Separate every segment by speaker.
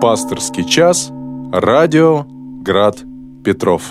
Speaker 1: Пасторский час. Радио Град Петров.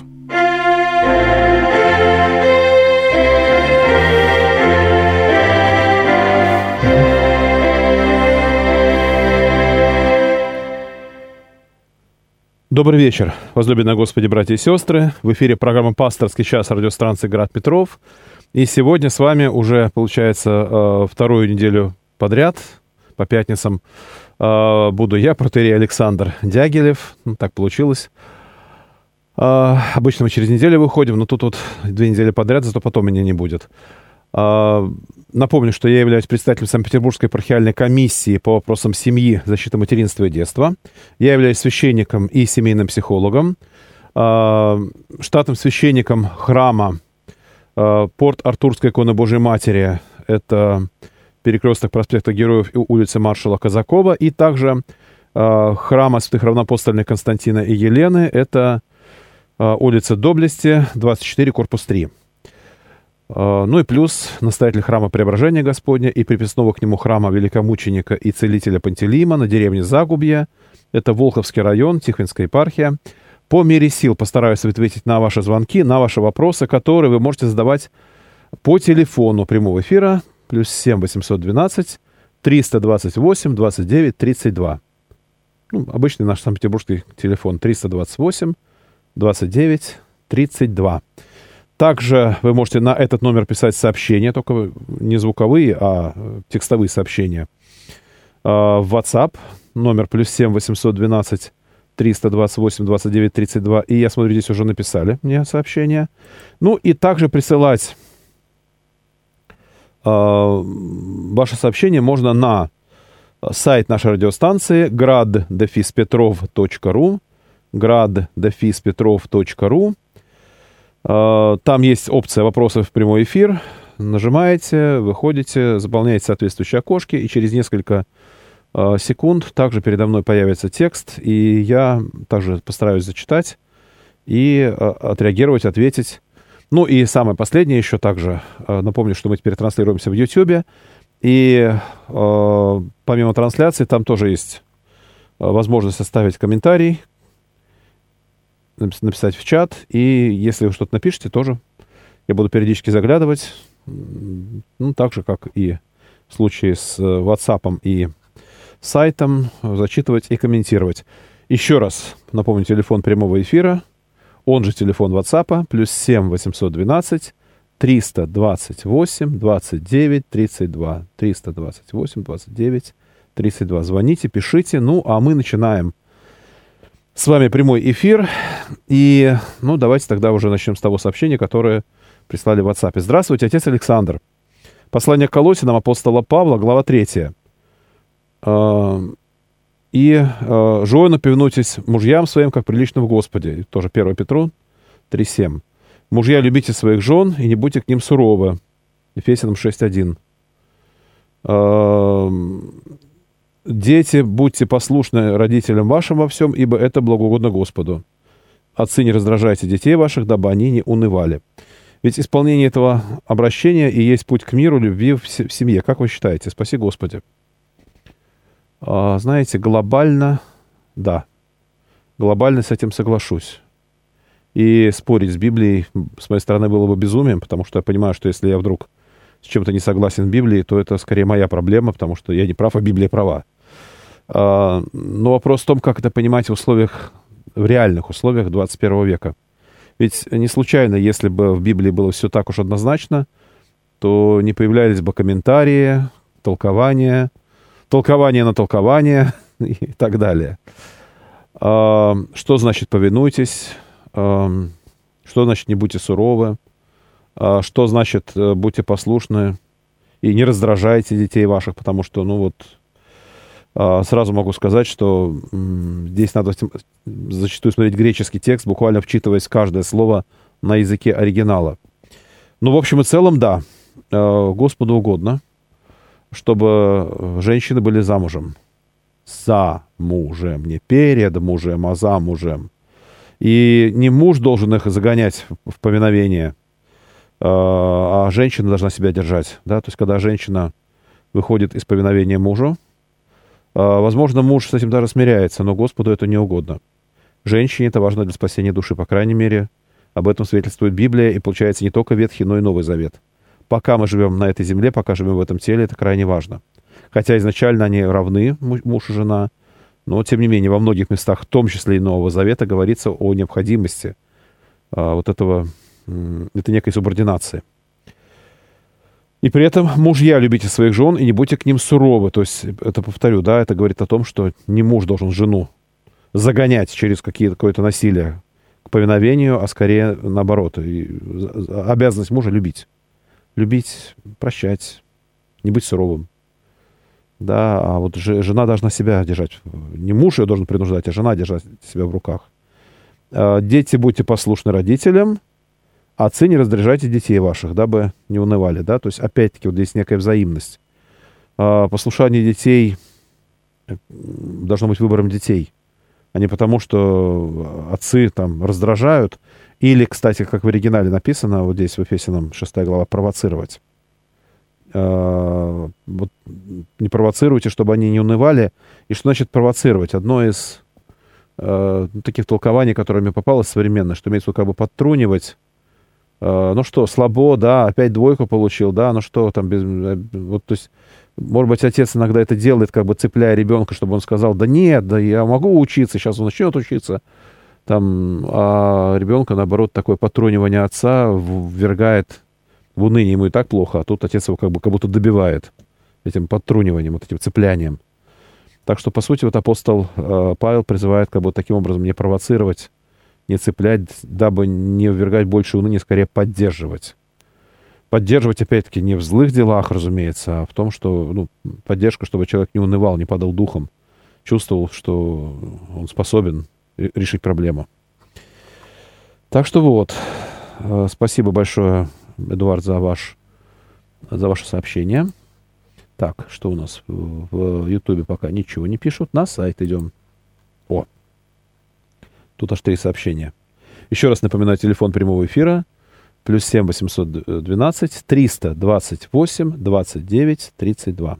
Speaker 2: Добрый вечер, возлюбленные Господи, братья и сестры. В эфире программа «Пасторский час» радиостанции «Град Петров». И сегодня с вами уже, получается, вторую неделю подряд, по пятницам, буду я, протоиерей Александр Дягилев. Так получилось. Обычно мы через неделю выходим, но тут 2 недели подряд, зато потом меня не будет. Напомню, что я являюсь председателем Санкт-Петербургской епархиальной комиссии по вопросам семьи, защиты материнства и детства. Я являюсь священником и семейным психологом, штатным священником храма Порт-Артурской иконы Божией Матери. Это перекресток проспекта Героев и улицы маршала Казакова. И также храма святых равноапостольных Константина и Елены. Это улица Доблести, 24, корпус 3. Ну и плюс настоятель храма Преображения Господня и приписного к нему храма великомученика и целителя Пантелеима на деревне Загубье. Это Волховский район, Тихвинская епархия. По мере сил постараюсь ответить на ваши звонки, на ваши вопросы, которые вы можете задавать по телефону прямого эфира +7 812 328 29 32. Обычный наш санкт-петербургский телефон 328 29 32. Также вы можете на этот номер писать сообщения, только не звуковые, а текстовые сообщения. В WhatsApp номер +7 812 328 29 32. И я смотрю, здесь уже написали мне сообщение. Ну и также присылать ваше сообщение можно на сайт нашей радиостанции grad-petrov.ru grad-petrov.ru. Там есть опция «Вопросы в прямой эфир». Нажимаете, выходите, заполняете соответствующие окошки, и через несколько секунд также передо мной появится текст, и я также постараюсь зачитать и отреагировать, ответить. Ну и самое последнее еще также. Напомню, что мы теперь транслируемся в YouTube, и помимо трансляции там тоже есть возможность оставить комментарий, написать в чат, и если вы что-то напишете, тоже я буду периодически заглядывать, так же, как и в случае с WhatsApp и сайтом, зачитывать и комментировать. Еще раз напомню, телефон прямого эфира, он же телефон WhatsApp, +7 812 328 29 32. 328 29 32. Звоните, пишите, а мы начинаем с вами прямой эфир. И, давайте тогда уже начнем с того сообщения, которое прислали в WhatsApp. Здравствуйте, отец Александр. Послание к Колоссянам апостола Павла, глава 3. «Жены, повинуйтесь мужьям своим, как прилично в Господе». Тоже 1 Петру 3:7. «Мужья, любите своих жен и не будьте к ним суровы». Ефесянам 6:1. «Дети, будьте послушны родителям вашим во всем, ибо это благоугодно Господу. Отцы, не раздражайте детей ваших, дабы они не унывали». Ведь исполнение этого обращения и есть путь к миру, любви в семье. Как вы считаете? Спаси Господи. Знаете, глобально, да, глобально с этим соглашусь. И спорить с Библией с моей стороны было бы безумием, потому что я понимаю, что если я вдруг с чем-то не согласен в Библии, то это скорее моя проблема, потому что я не прав, а Библия права. Но вопрос в том, как это понимать в реальных условиях 21 века. Ведь не случайно, если бы в Библии было все так уж однозначно, то не появлялись бы комментарии, толкования на толкование и так далее. Что значит «повинуйтесь», что значит «не будьте суровы», что значит «будьте послушны» и «не раздражайте детей ваших», потому что, сразу могу сказать, что здесь надо зачастую смотреть греческий текст, буквально вчитываясь в каждое слово на языке оригинала. В общем и целом, да, Господу угодно, чтобы женщины были замужем. За мужем, не перед мужем, а за мужем. И не муж должен их загонять в повиновение, а женщина должна себя держать. Да? То есть, когда женщина выходит из повиновения мужу, Возможно, муж с этим даже смиряется, но Господу это не угодно. Женщине это важно для спасения души, по крайней мере. Об этом свидетельствует Библия, и получается не только Ветхий, но и Новый Завет. Пока мы живем на этой земле, пока живем в этом теле, это крайне важно. Хотя изначально они равны, муж и жена, но, тем не менее, во многих местах, в том числе и Нового Завета, говорится о необходимости вот этого, этой некой субординации. И при этом, мужья, любите своих жен и не будьте к ним суровы. То есть, это повторю, да, это говорит о том, что не муж должен жену загонять через какое-то насилие к повиновению, а скорее наоборот. И обязанность мужа любить. Любить, прощать, не быть суровым. Да, а вот жена должна себя держать. Не муж ее должен принуждать, а жена держать себя в руках. Дети, будьте послушны родителям. Отцы, не раздражайте детей ваших, дабы не унывали. Да? То есть, опять-таки, вот здесь некая взаимность. Послушание детей должно быть выбором детей, а не потому, что отцы там раздражают. Или, кстати, как в оригинале написано, вот здесь в Ефесянам 6 глава, провоцировать. Вот, не провоцируйте, чтобы они не унывали. И что значит провоцировать? Одно из таких толкований, которыми попалось современно, что имеется как бы подтрунивать. Ну что, слабо, да, опять двойку получил, да, ну что там, вот, то есть, может быть, отец иногда это делает, как бы цепляя ребенка, чтобы он сказал, да нет, да я могу учиться, сейчас он начнет учиться, там, а ребенка, наоборот, такое подтрунивание отца ввергает в уныние, ему и так плохо, а тут отец его как будто добивает этим подтруниванием, вот этим цеплянием. Так что, по сути, вот апостол Павел призывает как бы таким образом не провоцировать, не цеплять, дабы не ввергать больше уныния, скорее поддерживать. Поддерживать, опять-таки, не в злых делах, разумеется, а в том, что поддержка, чтобы человек не унывал, не падал духом, чувствовал, что он способен решить проблему. Так что вот, спасибо большое, Эдуард, за ваше сообщение. Так, что у нас в Ютубе пока ничего не пишут, на сайт идем. О! Тут аж 3 сообщения. Еще раз напоминаю, телефон прямого эфира +7 812 328 29 32.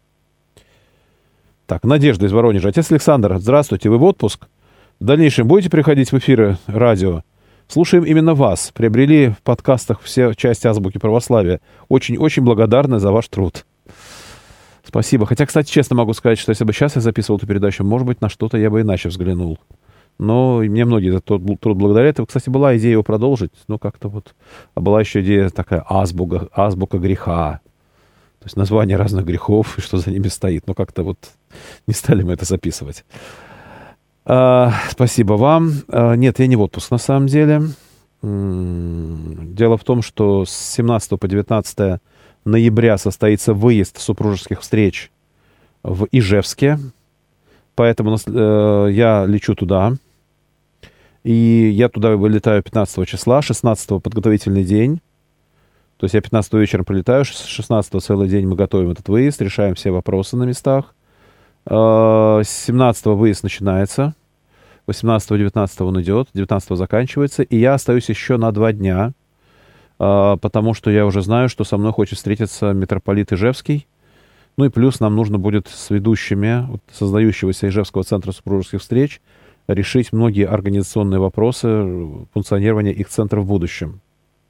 Speaker 2: Так, Надежда из Воронежа. Отец Александр, здравствуйте, вы в отпуск? В дальнейшем будете приходить в эфиры радио? Слушаем именно вас. Приобрели в подкастах все части азбуки православия. Очень-очень благодарны за ваш труд. Спасибо. Хотя, кстати, честно могу сказать, что если бы сейчас я записывал эту передачу, может быть, на что-то я бы иначе взглянул. Но мне многие за тот труд благодарят. Кстати, была идея его продолжить, но как-то вот... А была еще идея такая азбука греха. То есть название разных грехов, и что за ними стоит. Но как-то вот не стали мы это записывать. Спасибо вам. Нет, я не в отпуск на самом деле. Дело в том, что с 17 по 19 ноября состоится выезд супружеских встреч в Ижевске. Поэтому я лечу туда. И я туда вылетаю 15 числа, 16 подготовительный день. То есть я 15 вечером прилетаю, 16 целый день мы готовим этот выезд, решаем все вопросы на местах. 17 выезд начинается, 18-19 он идет, 19 заканчивается. И я остаюсь еще на 2 дня, потому что я уже знаю, что со мной хочет встретиться митрополит Ижевский. Ну и плюс нам нужно будет с ведущими создающегося Ижевского центра супружеских встреч решить многие организационные вопросы функционирования их центра в будущем.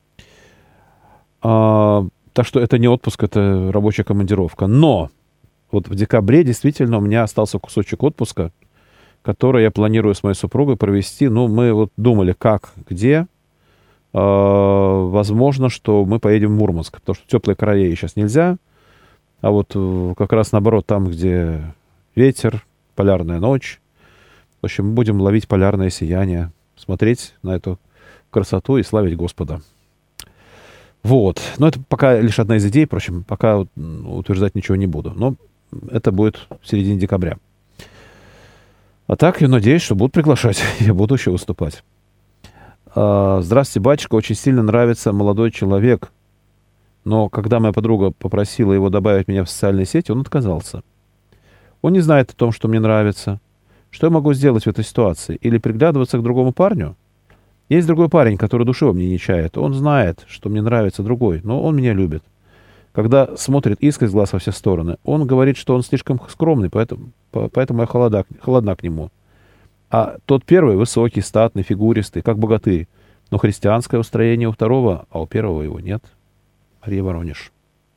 Speaker 2: Так что это не отпуск, это рабочая командировка. Но вот в декабре действительно у меня остался кусочек отпуска, который я планирую с моей супругой провести. Ну, мы вот думали, как, где. Возможно, что мы поедем в Мурманск, потому что в теплые края сейчас нельзя. А вот как раз наоборот, там, где ветер, полярная ночь. В общем, мы будем ловить полярное сияние, смотреть на эту красоту и славить Господа. Вот. Но это пока лишь одна из идей, впрочем, пока утверждать ничего не буду. Но это будет в середине декабря. А так, я надеюсь, что будут приглашать. Я буду еще выступать. Здравствуйте, батюшка. Очень сильно нравится молодой человек. Но когда моя подруга попросила его добавить меня в социальные сети, он отказался. Он не знает о том, что мне нравится. Что я могу сделать в этой ситуации? Или приглядываться к другому парню? Есть другой парень, который души во мне не чает. Он знает, что мне нравится другой, но он меня любит. Когда смотрит искость глаз во все стороны, он говорит, что он слишком скромный, поэтому я холодна к нему. А тот первый высокий, статный, фигуристый, как богатырь. Но христианское устроение у второго, а у первого его нет. Мария Воронеж.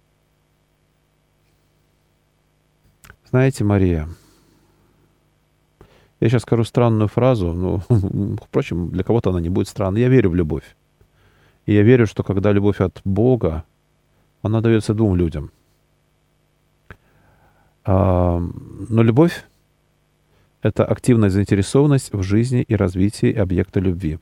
Speaker 2: Знаете, Мария, я сейчас скажу странную фразу, но, впрочем, для кого-то она не будет странной. Я верю в любовь. И я верю, что когда любовь от Бога, она дается двум людям. Но любовь — это активная заинтересованность в жизни и развитии объекта любви.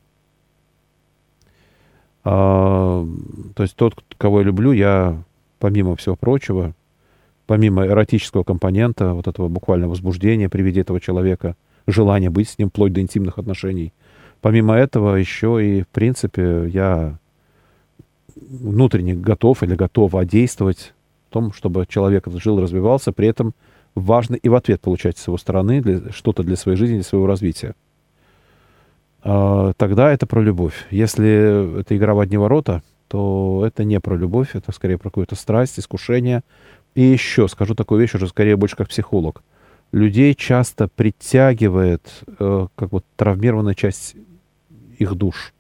Speaker 2: То есть тот, кого я люблю, я, помимо всего прочего, помимо эротического компонента, вот этого буквально возбуждения при виде этого человека, желания быть с ним, вплоть до интимных отношений, помимо этого еще и, в принципе, я внутренне готов или готова действовать в том, чтобы человек жил, развивался, при этом важно и в ответ получать с его стороны что-то для своей жизни, для своего развития. Тогда это про любовь. Если это игра в одни ворота, то это не про любовь, это скорее про какую-то страсть, искушение. И еще скажу такую вещь, уже скорее больше как психолог. Людей часто притягивает как вот травмированная часть их душ.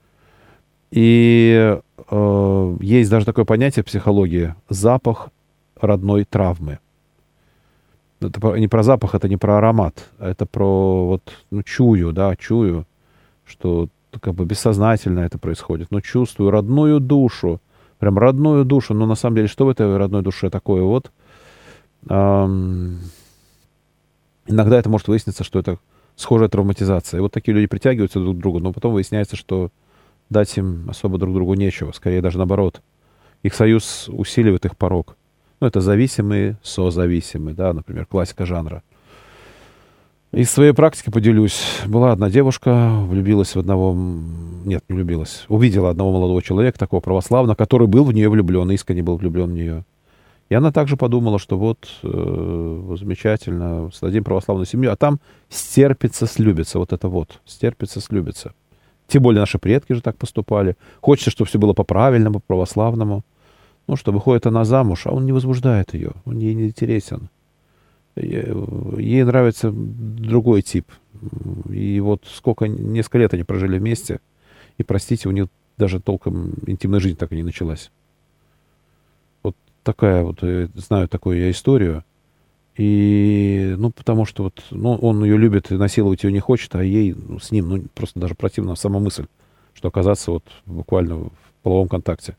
Speaker 2: И есть даже такое понятие в психологии — запах родной травмы. Это не про запах, это не про аромат, это про чую, что как бы бессознательно это происходит. Но чувствую родную душу, прям родную душу. Но на самом деле, что в этой родной душе такое вот? Иногда это может выясниться, что это схожая травматизация. И вот такие люди притягиваются друг к другу, но потом выясняется, что дать им особо друг другу нечего. Скорее даже наоборот. Их союз усиливает их порок. Ну, это зависимые, созависимые, да, например, классика жанра. Из своей практики поделюсь. Была одна девушка, влюбилась в одного... Нет, не влюбилась. Увидела одного молодого человека, такого православного, который был в нее влюблен, искренне был влюблен в нее. И она также подумала, что вот замечательно, создадим православную семью, а там стерпится, слюбится. Вот это вот, стерпится, слюбится. Тем более наши предки же так поступали. Хочется, чтобы все было по-правильному, по-православному. Ну что, выходит она замуж, а он не возбуждает ее, он ей не интересен. Ей нравится другой тип. И вот несколько лет они прожили вместе, и, простите, у них даже толком интимная жизнь так и не началась. Вот такая вот, знаю такую я историю. И, потому что он ее любит и насиловать ее не хочет, а ей с ним, просто даже противна сама мысль, что оказаться буквально в половом контакте.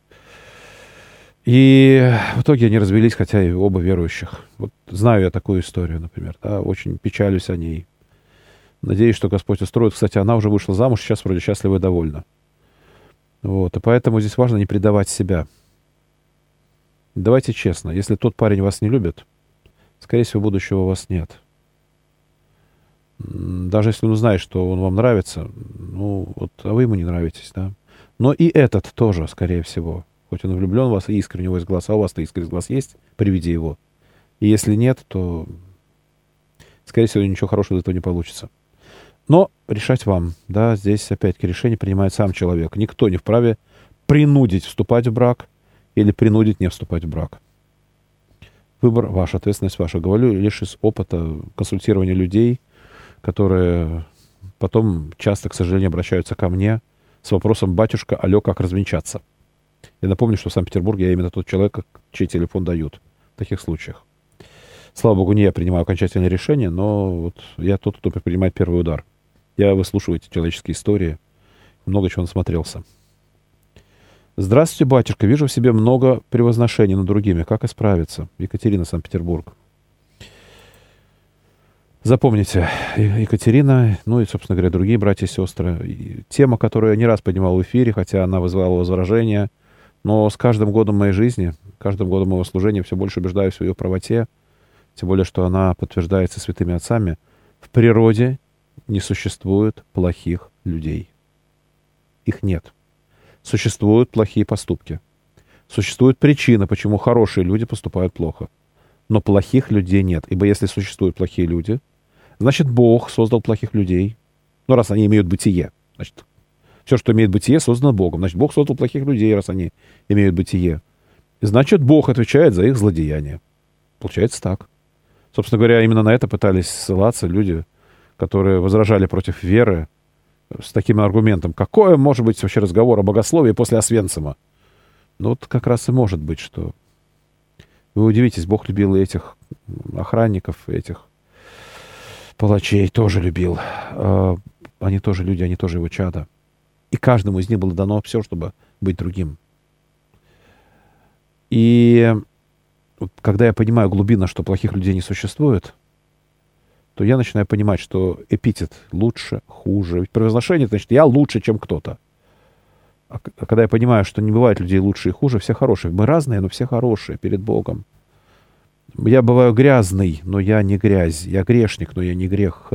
Speaker 2: И в итоге они развелись, хотя и оба верующих. Вот знаю я такую историю, например. Да, очень печалюсь о ней. Надеюсь, что Господь устроит. Кстати, она уже вышла замуж, сейчас вроде счастлива и довольна. Вот, и поэтому здесь важно не предавать себя. Давайте честно, если тот парень вас не любит, скорее всего, будущего у вас нет. Даже если он знает, что он вам нравится, а вы ему не нравитесь, да. Но и этот тоже, скорее всего. Хоть он влюблен в вас, и искренне у вас глаз, а у вас-то искренний глаз есть, приведи его. И если нет, то, скорее всего, ничего хорошего из этого не получится. Но решать вам, да, здесь опять-таки решение принимает сам человек. Никто не вправе принудить вступать в брак или принудить не вступать в брак. Выбор ваш, ответственность ваша. Говорю лишь из опыта консультирования людей, которые потом часто, к сожалению, обращаются ко мне с вопросом: «Батюшка, алло, как развенчаться?» Я напомню, что в Санкт-Петербурге я именно тот человек, чей телефон дают в таких случаях. Слава богу, не я принимаю окончательное решение, но я тот, кто принимает первый удар. Я выслушиваю эти человеческие истории, много чего насмотрелся. Здравствуйте, батюшка. Вижу в себе много превозношений над другими. Как исправиться? Екатерина, Санкт-Петербург. Запомните, Екатерина, и, собственно говоря, другие братья и сестры. Тема, которую я не раз поднимал в эфире, хотя она вызывала возражения, но с каждым годом моей жизни, каждым годом моего служения все больше убеждаюсь в ее правоте, тем более, что она подтверждается святыми отцами. В природе не существует плохих людей. Их нет. Существуют плохие поступки. Существует причина, почему хорошие люди поступают плохо. Но плохих людей нет. Ибо если существуют плохие люди, значит, Бог создал плохих людей. Раз они имеют бытие. Значит, все, что имеет бытие, создано Богом. Значит, Бог создал плохих людей, раз они имеют бытие. Значит, Бог отвечает за их злодеяния. Получается так. Собственно говоря, именно на это пытались ссылаться люди, которые возражали против веры с таким аргументом. Какое может быть вообще разговор о богословии после Освенцима? Ну, вот как раз и может быть, что... Вы удивитесь, Бог любил и этих охранников, и этих палачей тоже любил. Они тоже люди, они тоже его чада. И каждому из них было дано все, чтобы быть другим. И вот, когда я понимаю глубинно, что плохих людей не существует, то я начинаю понимать, что эпитет лучше, хуже. Ведь превозношение, значит, я лучше, чем кто-то. А когда я понимаю, что не бывает людей лучше и хуже, все хорошие. Мы разные, но все хорошие перед Богом. Я бываю грязный, но я не грязь. Я грешник, но я не грех.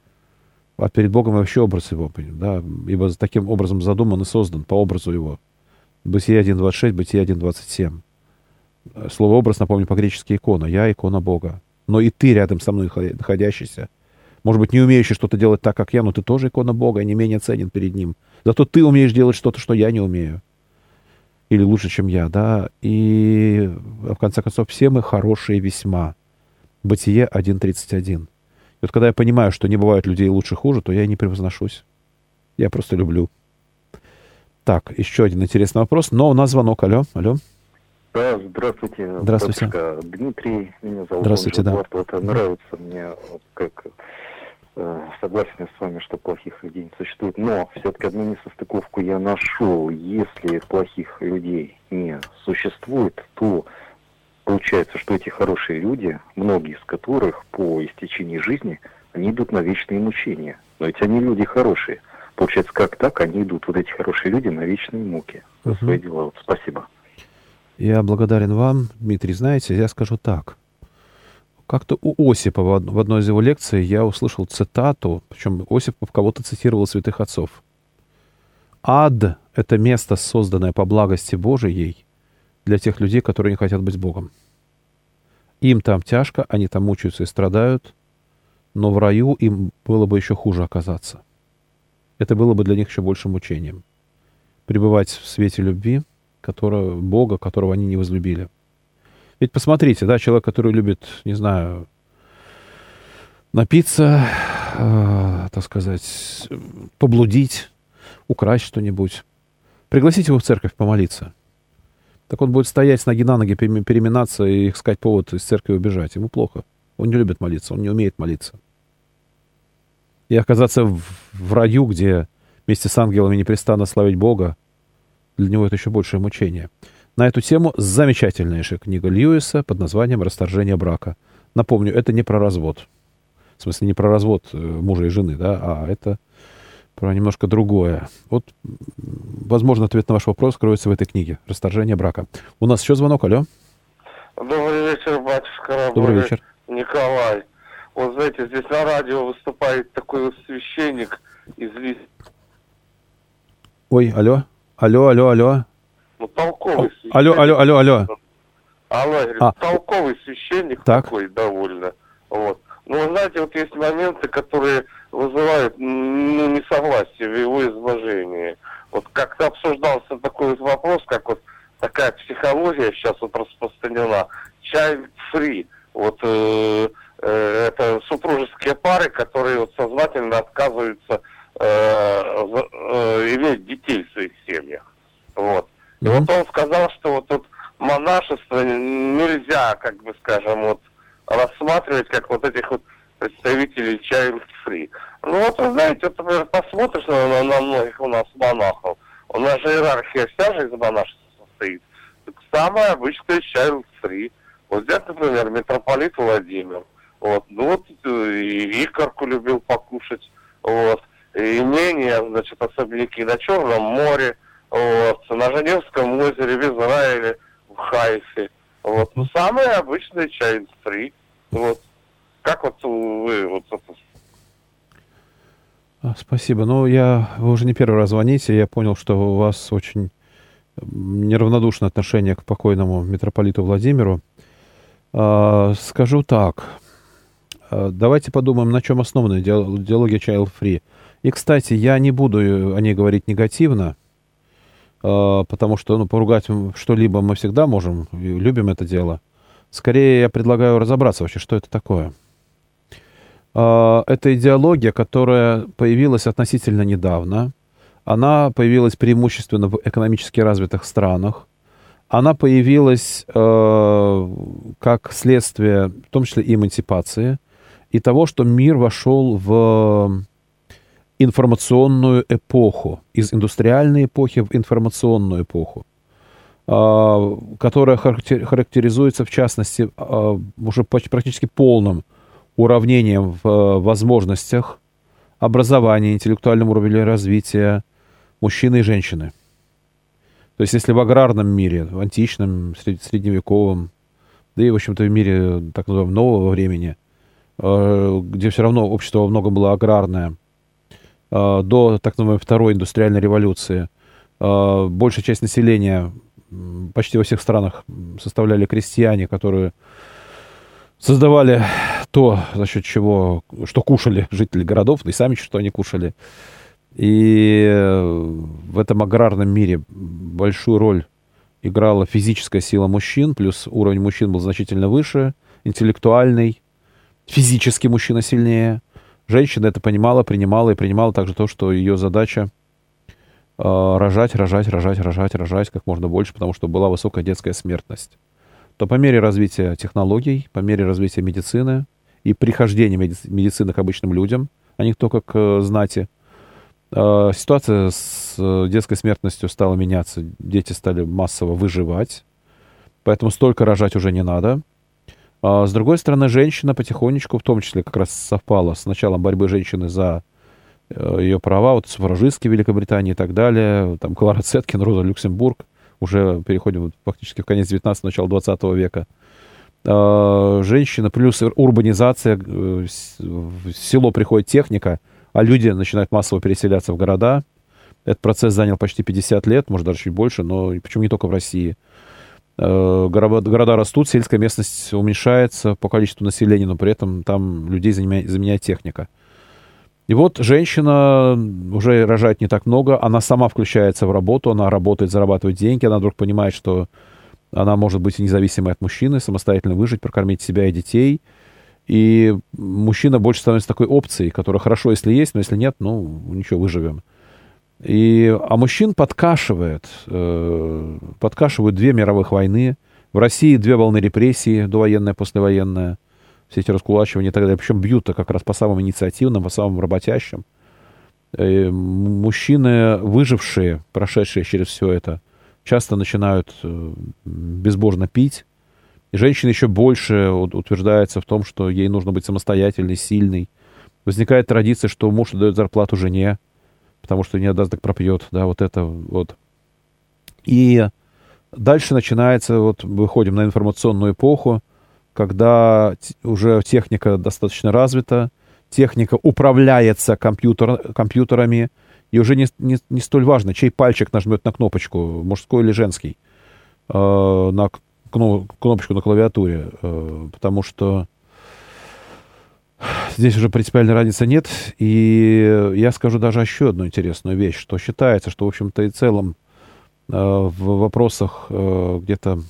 Speaker 2: А перед Богом вообще образ его. Да? Ибо таким образом задуман и создан по образу его. Бытие 1.26, Бытие 1.27. Слово «образ», напомню, по-гречески «икона». Я икона Бога. Но и ты рядом со мной находящийся. Может быть, не умеющий что-то делать так, как я, но ты тоже икона Бога, и не менее ценен перед Ним. Зато ты умеешь делать что-то, что я не умею. Или лучше, чем я, да. И, в конце концов, все мы хорошие весьма. Бытие 1.31. И вот когда я понимаю, что не бывает людей лучше, хуже, то я и не превозношусь. Я просто люблю. Так, еще один интересный вопрос. Но у нас звонок. Алло, алло.
Speaker 3: Да, здравствуйте.
Speaker 2: Здравствуйте.
Speaker 3: Батюшка Дмитрий, меня зовут.
Speaker 2: Здравствуйте, да.
Speaker 3: Это нравится мне, как согласен с вами, что плохих людей не существует. Но все-таки одну несостыковку я нашел. Если плохих людей не существует, то получается, что эти хорошие люди, многие из которых по истечении жизни, они идут на вечные мучения. Но ведь они люди хорошие. Получается, как так они идут, вот эти хорошие люди, на вечные муки за свои дела. Вот, спасибо.
Speaker 2: Я благодарен вам, Дмитрий. Знаете, я скажу так. Как-то у Осипова в одной из его лекций я услышал цитату, причем Осипов кого-то цитировал святых отцов. «Ад — это место, созданное по благости Божией для тех людей, которые не хотят быть Богом. Им там тяжко, они там мучаются и страдают, но в раю им было бы еще хуже оказаться. Это было бы для них еще большим мучением. Пребывать в свете любви, Бога, которого они не возлюбили». Ведь посмотрите, да, человек, который любит, не знаю, напиться, так сказать, поблудить, украсть что-нибудь, пригласить его в церковь помолиться. Так он будет стоять с ноги на ноги, переминаться и искать повод из церкви убежать. Ему плохо. Он не любит молиться, он не умеет молиться. И оказаться в раю, где вместе с ангелами непрестанно славить Бога, для него это еще большее мучение. На эту тему замечательнейшая книга Льюиса под названием «Расторжение брака». Напомню, это не про развод. В смысле, не про развод мужа и жены, да, а это про немножко другое. Вот, возможно, ответ на ваш вопрос кроется в этой книге «Расторжение брака». У нас еще звонок. Алло.
Speaker 4: Добрый вечер, батюшка.
Speaker 2: Добрый вечер.
Speaker 4: Николай. Вот знаете, здесь на радио выступает такой вот священник из
Speaker 2: Ой, алло. Алло.
Speaker 4: Ну, толковый священник.
Speaker 2: Алло.
Speaker 4: Алло, я говорю, толковый священник
Speaker 2: так.
Speaker 4: Такой довольно. Вот. Ну, вы знаете, вот есть моменты, которые вызывают несогласие в его изложении. Вот как-то обсуждался такой вот вопрос, как вот такая психология сейчас вот распространена. Child free. Вот это супружеские пары, которые вот сознательно отказываются иметь детей в своих семьях. Вот. И вот он сказал, что вот тут монашество нельзя, как бы скажем, вот рассматривать как вот этих вот представителей child free. Ну вот вы знаете, вот, например, посмотришь на многих у нас монахов, у нас же иерархия вся же из монашества состоит. Так самая обычная child free. Вот здесь, например, митрополит Владимир. Вот, ну вот и икорку любил покушать. Вот. И имения, значит, особняки на Черном море, вот, на Женевском озере, в Израиле, в Хайфе. Вот. Ну, самые обычные child free. Вот. Как вот вы вот это...
Speaker 2: Спасибо. Ну, вы уже не первый раз звоните. Я понял, что у вас очень неравнодушное отношение к покойному митрополиту Владимиру. Скажу так. Давайте подумаем, на чем основана идеология child free. И, кстати, я не буду о ней говорить негативно. потому что поругать что-либо мы всегда можем, и любим это дело. Скорее, я предлагаю разобраться вообще, что это такое. Это идеология, которая появилась относительно недавно. Она появилась преимущественно в экономически развитых странах. Она появилась как следствие, в том числе, эмансипации и того, что мир вошел в информационную эпоху, из индустриальной эпохи в информационную эпоху, которая характеризуется, в частности, уже практически полным уравнением в возможностях образования, интеллектуальном уровне развития мужчины и женщины. То есть если в аграрном мире, в античном, средневековом, да и, в общем-то, в мире так называемого нового времени, где все равно общество во многом было аграрное, до так называемой второй индустриальной революции, большая часть населения почти во всех странах составляли крестьяне, которые создавали то, за счет чего, что кушали жители городов, да и сами что они кушали. И в этом аграрном мире большую роль играла физическая сила мужчин, плюс уровень мужчин был значительно выше, интеллектуальный, физически мужчина сильнее. Женщина это понимала, принимала и принимала также то, что ее задача рожать как можно больше, потому что была высокая детская смертность. То по мере развития технологий, по мере развития медицины и прихождения медицины к обычным людям, а не только к знати, ситуация с детской смертностью стала меняться. Дети стали массово выживать, поэтому столько рожать уже не надо. С другой стороны, женщина потихонечку, в том числе как раз совпала с началом борьбы женщины за ее права, вот суфражистки в Великобритании и так далее, там Клара Цеткин, Роза Люксембург, уже переходим фактически в конец 19-го, начало 20 века. Женщина плюс урбанизация, в село приходит техника, а люди начинают массово переселяться в города. Этот процесс занял почти 50 лет, может даже чуть больше, но почему не только в России. Города растут, сельская местность уменьшается по количеству населения, но при этом там людей заменяет техника. И вот женщина уже рожает не так много, она сама включается в работу, она работает, зарабатывает деньги, она вдруг понимает, что она может быть независимой от мужчины, самостоятельно выжить, прокормить себя и детей. И мужчина больше становится такой опцией, которая хорошо, если есть, но если нет, ну, ничего, выживем. А мужчин подкашивают 2 мировых войны. В России 2 волны репрессий, довоенная, послевоенная. Все эти раскулачивания и так далее. Причем бьют-то как раз по самым инициативным, по самым работящим. Мужчины, выжившие, прошедшие через все это, часто начинают безбожно пить. И женщина еще больше утверждается в том, что ей нужно быть самостоятельной, сильной. Возникает традиция, что муж дает зарплату жене, потому что не отдаст, так пропьет, да, вот это вот. И дальше начинается, вот выходим на информационную эпоху, когда уже техника достаточно развита, техника управляется компьютерами, и уже не столь важно, чей пальчик нажмет на кнопочку, мужской или женский, на кнопочку на клавиатуре, потому что здесь уже принципиальной разницы нет. И я скажу даже еще одну интересную вещь, что считается, что, в общем-то, и целом в вопросах где-то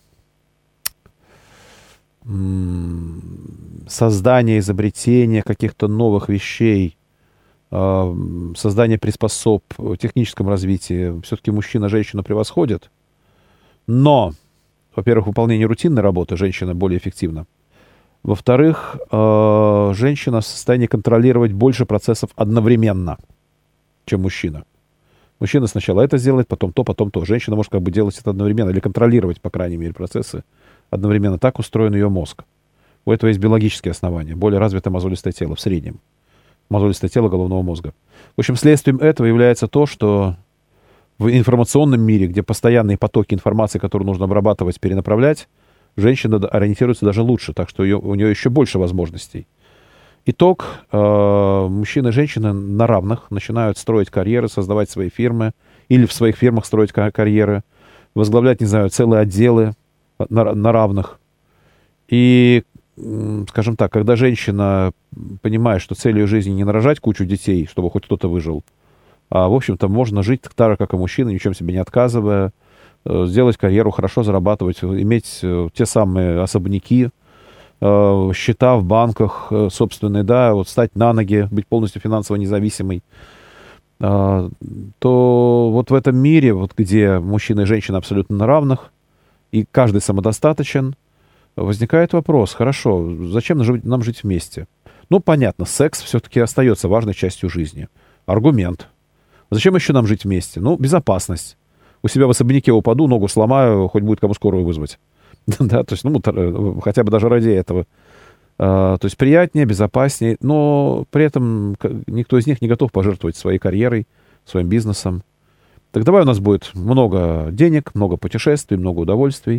Speaker 2: создания, изобретения каких-то новых вещей, создания приспособ в техническом развитии, все-таки мужчина женщину превосходит. Но, во-первых, выполнение рутинной работы женщина более эффективна. Во-вторых, женщина в состоянии контролировать больше процессов одновременно, чем мужчина. Мужчина сначала это сделает, потом то, потом то. Женщина может как бы делать это одновременно или контролировать, по крайней мере, процессы одновременно. Так устроен ее мозг. У этого есть биологические основания. Более развитое мозолистое тело в среднем. Мозолистое тело головного мозга. В общем, следствием этого является то, что в информационном мире, где постоянные потоки информации, которые нужно обрабатывать, перенаправлять, женщина ориентируется даже лучше, так что у нее еще больше возможностей. Итог. Мужчины и женщины на равных начинают строить карьеры, создавать свои фирмы, или в своих фирмах строить карьеры, возглавлять, не знаю, целые отделы на равных. И, скажем так, когда женщина понимает, что целью жизни не нарожать кучу детей, чтобы хоть кто-то выжил, В общем-то, можно жить так же, как и мужчина, ничем себе не отказывая, сделать карьеру, хорошо зарабатывать, иметь те самые особняки, счета в банках собственные, да, вот стать на ноги, быть полностью финансово независимой, то вот в этом мире, вот где мужчина и женщина абсолютно на равных, и каждый самодостаточен, возникает вопрос, хорошо, зачем нам жить вместе? Ну, понятно, секс все-таки остается важной частью жизни. Аргумент. Зачем еще нам жить вместе? Ну, безопасность. У себя в особняке упаду, ногу сломаю, хоть будет кому скорую вызвать. Да, то есть, ну, хотя бы даже ради этого. То есть приятнее, безопаснее, но при этом никто из них не готов пожертвовать своей карьерой, своим бизнесом. Так давай у нас будет много денег, много путешествий, много удовольствий.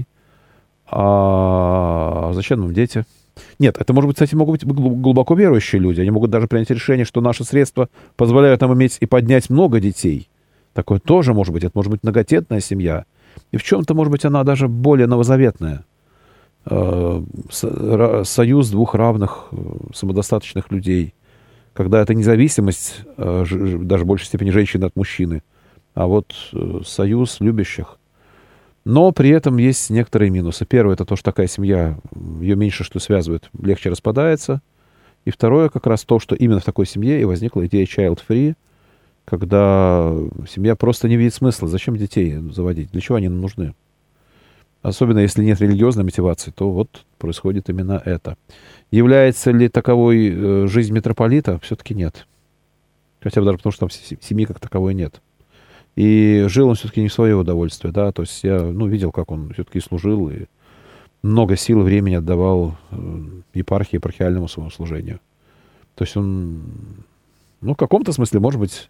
Speaker 2: А зачем нам дети? Нет, это, может быть, кстати, могут быть глубоко верующие люди. Они могут даже принять решение, что наши средства позволяют нам иметь и поднять много детей. Такое тоже может быть. Это может быть многодетная семья. И в чем-то, может быть, она даже более новозаветная. Союз двух равных, самодостаточных людей. Когда это независимость, даже в большей степени женщины от мужчины, а вот союз любящих. Но при этом есть некоторые минусы. Первое, это то, что такая семья, ее меньше что связывает, легче распадается. И второе, как раз то, что именно в такой семье и возникла идея child-free, когда семья просто не видит смысла. Зачем детей заводить? Для чего они нам нужны? Особенно если нет религиозной мотивации, то вот происходит именно это. Является ли таковой жизнь митрополита? Все-таки нет. Хотя бы даже потому, что там семьи как таковой нет. И жил он все-таки не в свое удовольствие, да, то есть я, видел, как он все-таки служил и много сил и времени отдавал епархии, епархиальному своему служению. То есть он, в каком-то смысле, может быть,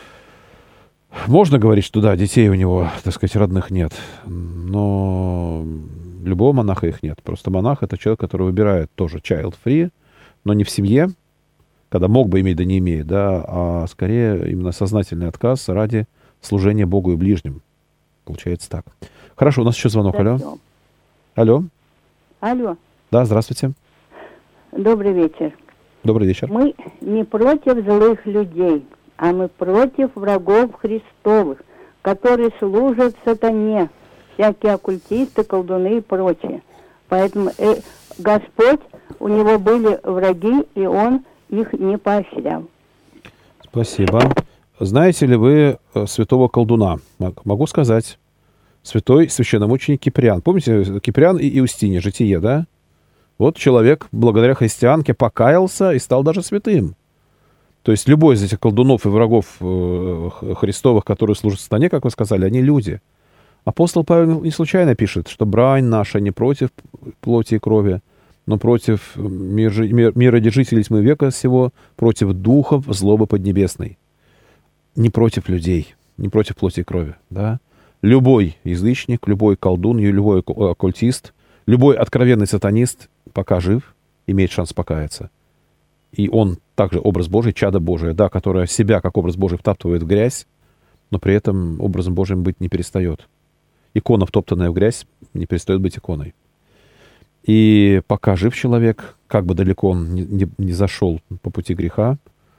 Speaker 2: можно говорить, что да, детей у него, так сказать, родных нет, но любого монаха их нет. Просто монах — это человек, который выбирает тоже child-free, но не в семье, когда мог бы иметь, да не имеет, да, а скорее именно сознательный отказ ради служение Богу и ближним. Получается так. Хорошо, у нас еще звонок. Алло. Алло.
Speaker 5: Алло.
Speaker 2: Да, здравствуйте.
Speaker 5: Добрый вечер.
Speaker 2: Добрый вечер.
Speaker 5: Мы не против злых людей, а мы против врагов Христовых, которые служат сатане, всякие оккультисты, колдуны и прочее. Поэтому Господь, у него были враги, и он их не поощрял.
Speaker 2: Спасибо. Знаете ли вы святого колдуна? Могу сказать. Святой священномученик Киприан. Помните, Киприан и Иустиния, житие, да? Вот человек, благодаря христианке, покаялся и стал даже святым. То есть любой из этих колдунов и врагов Христовых, которые служат сатане, как вы сказали, они люди. Апостол Павел не случайно пишет, что брань наша не против плоти и крови, но против миродержителей тьмы века сего, против духов злобы поднебесной. Не против людей, не против плоти и крови, да? Любой язычник, любой колдун, любой оккультист, любой откровенный сатанист, пока жив, имеет шанс покаяться. И он также образ Божий, чадо Божие, да, которое себя как образ Божий втаптывает в грязь, но при этом образом Божьим быть не перестает. Икона, втоптанная в грязь, не перестает быть иконой. И пока жив человек, как бы далеко он не зашел по пути греха,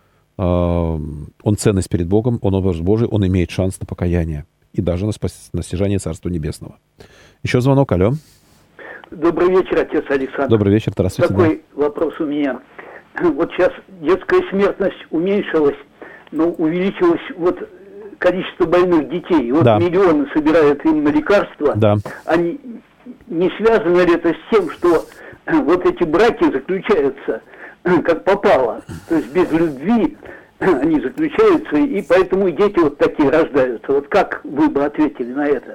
Speaker 2: он ценность перед Богом, он образ Божий, он имеет шанс на покаяние и даже на стяжание Царства Небесного. Еще звонок, алло.
Speaker 6: Добрый вечер, отец Александр.
Speaker 2: Добрый вечер, здравствуйте.
Speaker 6: Такой вопрос у меня. Вот сейчас детская смертность уменьшилась, но увеличилось количество больных детей. Вот миллионы собирают им на лекарства. Да. Они, не связано ли это с тем, что вот эти браки заключаются как попало, то есть без любви они заключаются, и поэтому и дети вот такие рождаются. Вот как вы бы ответили на это?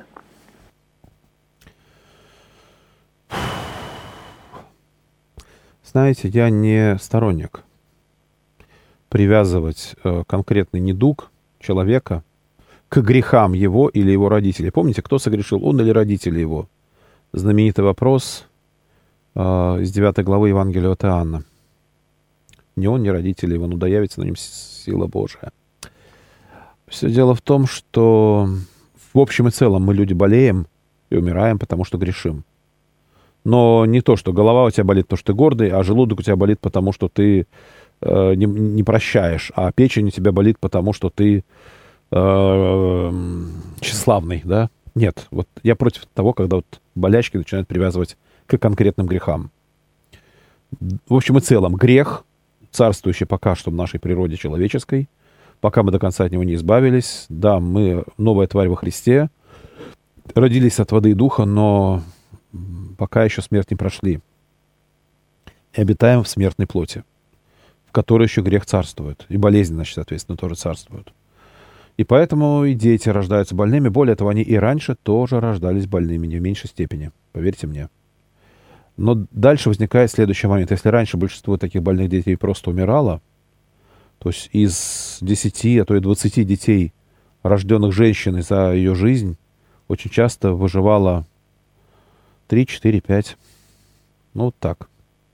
Speaker 2: Знаете, я не сторонник привязывать конкретный недуг человека к грехам его или его родителей. Помните, кто согрешил, он или родители его? Знаменитый вопрос из 9 главы Евангелия от Иоанна. Ни он, ни родители его, но да явится на нем сила Божия. Все дело в том, что в общем и целом мы люди болеем и умираем, потому что грешим. Но не то, что голова у тебя болит, потому что ты гордый, а желудок у тебя болит, потому что ты не прощаешь, а печень у тебя болит, потому что ты тщеславный, да? Нет, вот я против того, когда вот болячки начинают привязывать к конкретным грехам. В общем и целом, грех, царствующий пока что в нашей природе человеческой, пока мы до конца от него не избавились. Да, мы новая тварь во Христе, родились от воды и духа, но пока еще смерть не прошли. И обитаем в смертной плоти, в которой еще грех царствует. И болезни, значит, соответственно, тоже царствуют. И поэтому и дети рождаются больными. Более того, они и раньше тоже рождались больными, не в меньшей степени. Поверьте мне. Но дальше возникает следующий момент. Если раньше большинство таких больных детей просто умирало, то есть из 10, а то и 20 детей, рожденных женщиной за ее жизнь, очень часто выживало 3, 4, 5. Ну, вот так.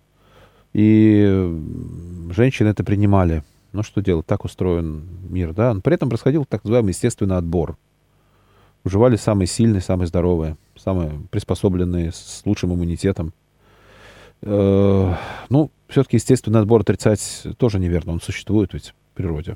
Speaker 2: И женщины это принимали. Ну, что делать? Так устроен мир, да? Но при этом происходил так называемый естественный отбор. Выживали самые сильные, самые здоровые, самые приспособленные, с лучшим иммунитетом. Ну, все-таки естественный отбор отрицать тоже неверно. Он существует ведь в природе.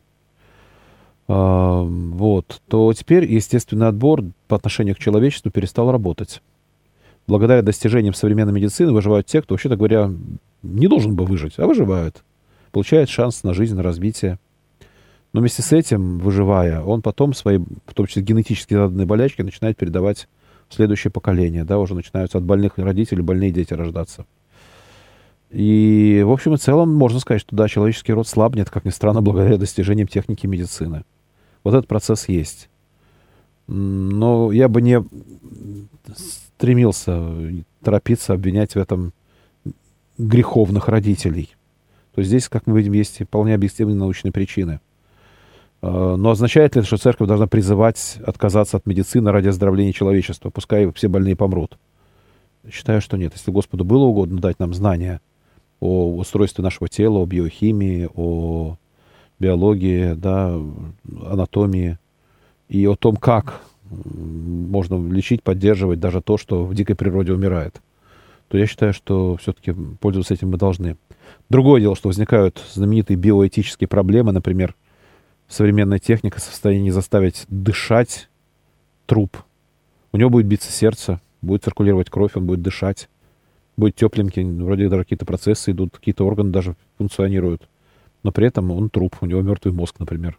Speaker 2: Вот. То теперь естественный отбор по отношению к человечеству перестал работать. Благодаря достижениям современной медицины выживают те, кто, вообще-то говоря, не должен бы выжить, а выживают. Получает шанс на жизнь, на развитие. Но вместе с этим, выживая, он потом свои, в том числе генетически заданные болячки, начинает передавать в следующее поколение. Да, уже начинаются от больных родителей больные дети рождаться. И, в общем и целом, можно сказать, что да, человеческий род слабнет, как ни странно, благодаря достижениям техники медицины. Вот этот процесс есть. Но я бы не стремился торопиться обвинять в этом греховных родителей. То есть здесь, как мы видим, есть вполне объективные научные причины. Но означает ли это, что церковь должна призывать отказаться от медицины ради оздоровления человечества, пускай все больные помрут? Считаю, что нет. Если Господу было угодно дать нам знания о устройстве нашего тела, о биохимии, о биологии, да, анатомии и о том, как можно лечить, поддерживать даже то, что в дикой природе умирает, то я считаю, что все-таки пользоваться этим мы должны. Другое дело, что возникают знаменитые биоэтические проблемы, например, современная техника в состоянии заставить дышать труп. У него будет биться сердце, будет циркулировать кровь, он будет дышать, будет тепленький, вроде даже какие-то процессы идут, какие-то органы даже функционируют. Но при этом он труп, у него мертвый мозг, например.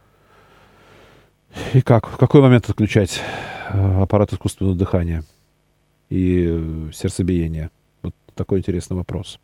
Speaker 2: И как? В какой момент отключать аппарат искусственного дыхания и сердцебиения? Вот такой интересный вопрос.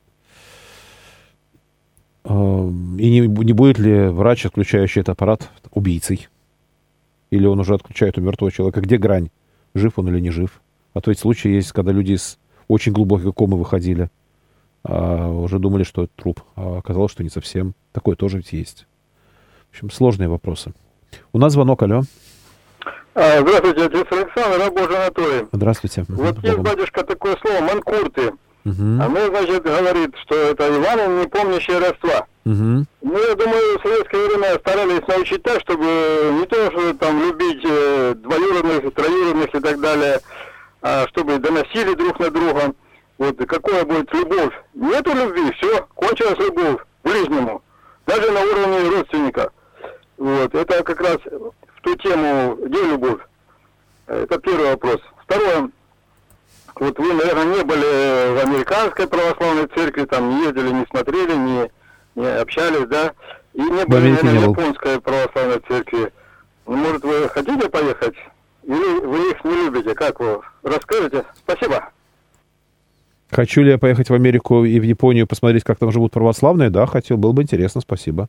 Speaker 2: И не будет ли врач, отключающий этот аппарат, убийцей? Или он уже отключает у мертвого человека? Где грань? Жив он или не жив? А то ведь случаи есть, когда люди из очень глубокой комы выходили, уже думали, что это труп, а оказалось, что не совсем. Такое тоже ведь есть. В общем, сложные вопросы. У нас звонок, алло.
Speaker 7: Здравствуйте, отец Александр, раб Божий Анатолий.
Speaker 2: Здравствуйте.
Speaker 7: Вот есть, батюшка, такое слово «манкурты». Оно, значит, говорит, что это Иван, не помнящие родства. Ну, я думаю, в советское время старались научить так, чтобы не то, что там любить двоюродных, троюродных и так далее, а чтобы доносили друг на друга. Вот какая будет любовь. Нету любви, все, кончилась любовь к ближнему. Даже на уровне родственника. Вот, это как раз в ту тему, где любовь. Это первый вопрос. Второе. Вот вы, наверное, не были в американской православной церкви, там не ездили, не смотрели, не общались, да? И не были, наверное, в японской православной церкви. Может, вы хотите поехать? Или вы их не любите? Как вы? Расскажите? Спасибо.
Speaker 2: Хочу ли я поехать в Америку и в Японию посмотреть, как там живут православные? Да, хотел. Было бы интересно, спасибо.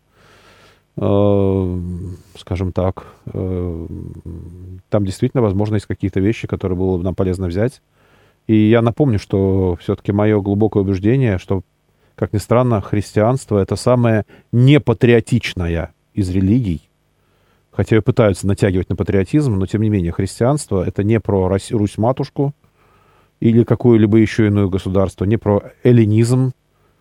Speaker 2: Скажем так. Там действительно, возможно, есть какие-то вещи, которые было бы нам полезно взять. И я напомню, что все-таки мое глубокое убеждение, что, как ни странно, христианство — это самое непатриотичное из религий. Хотя и пытаются натягивать на патриотизм, но, тем не менее, христианство — это не про Русь-матушку или какое-либо еще иное государство, не про эллинизм,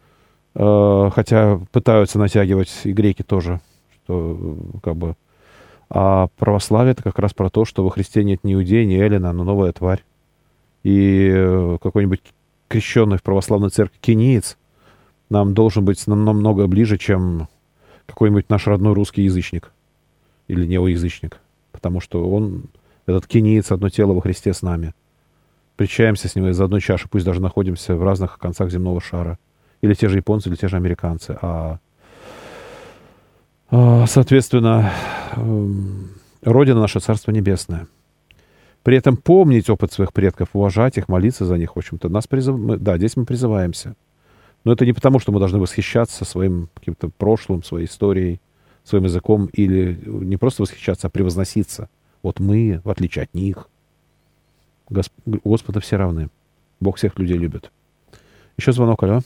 Speaker 2: хотя пытаются натягивать и греки тоже, что как бы... А православие — это как раз про то, что во Христе нет ни иудея, ни эллина, но новая тварь. И какой-нибудь крещенный в православной церкви кениец нам должен быть намного ближе, чем какой-нибудь наш родной русский язычник или неоязычник. потому что он, этот кениец, одно тело во Христе с нами. Причаемся с ним из одной чаши, пусть даже находимся в разных концах земного шара. Или те же японцы, или те же американцы. Соответственно, Родина наша, Царство Небесное. При этом помнить опыт своих предков, уважать их, молиться за них, в общем-то, здесь мы призываемся. Но это не потому, что мы должны восхищаться своим каким-то прошлым, своей историей, своим языком, или не просто восхищаться, а превозноситься. Вот мы, в отличие от них, Господа все равны. Бог всех людей любит. Еще звонок, алло.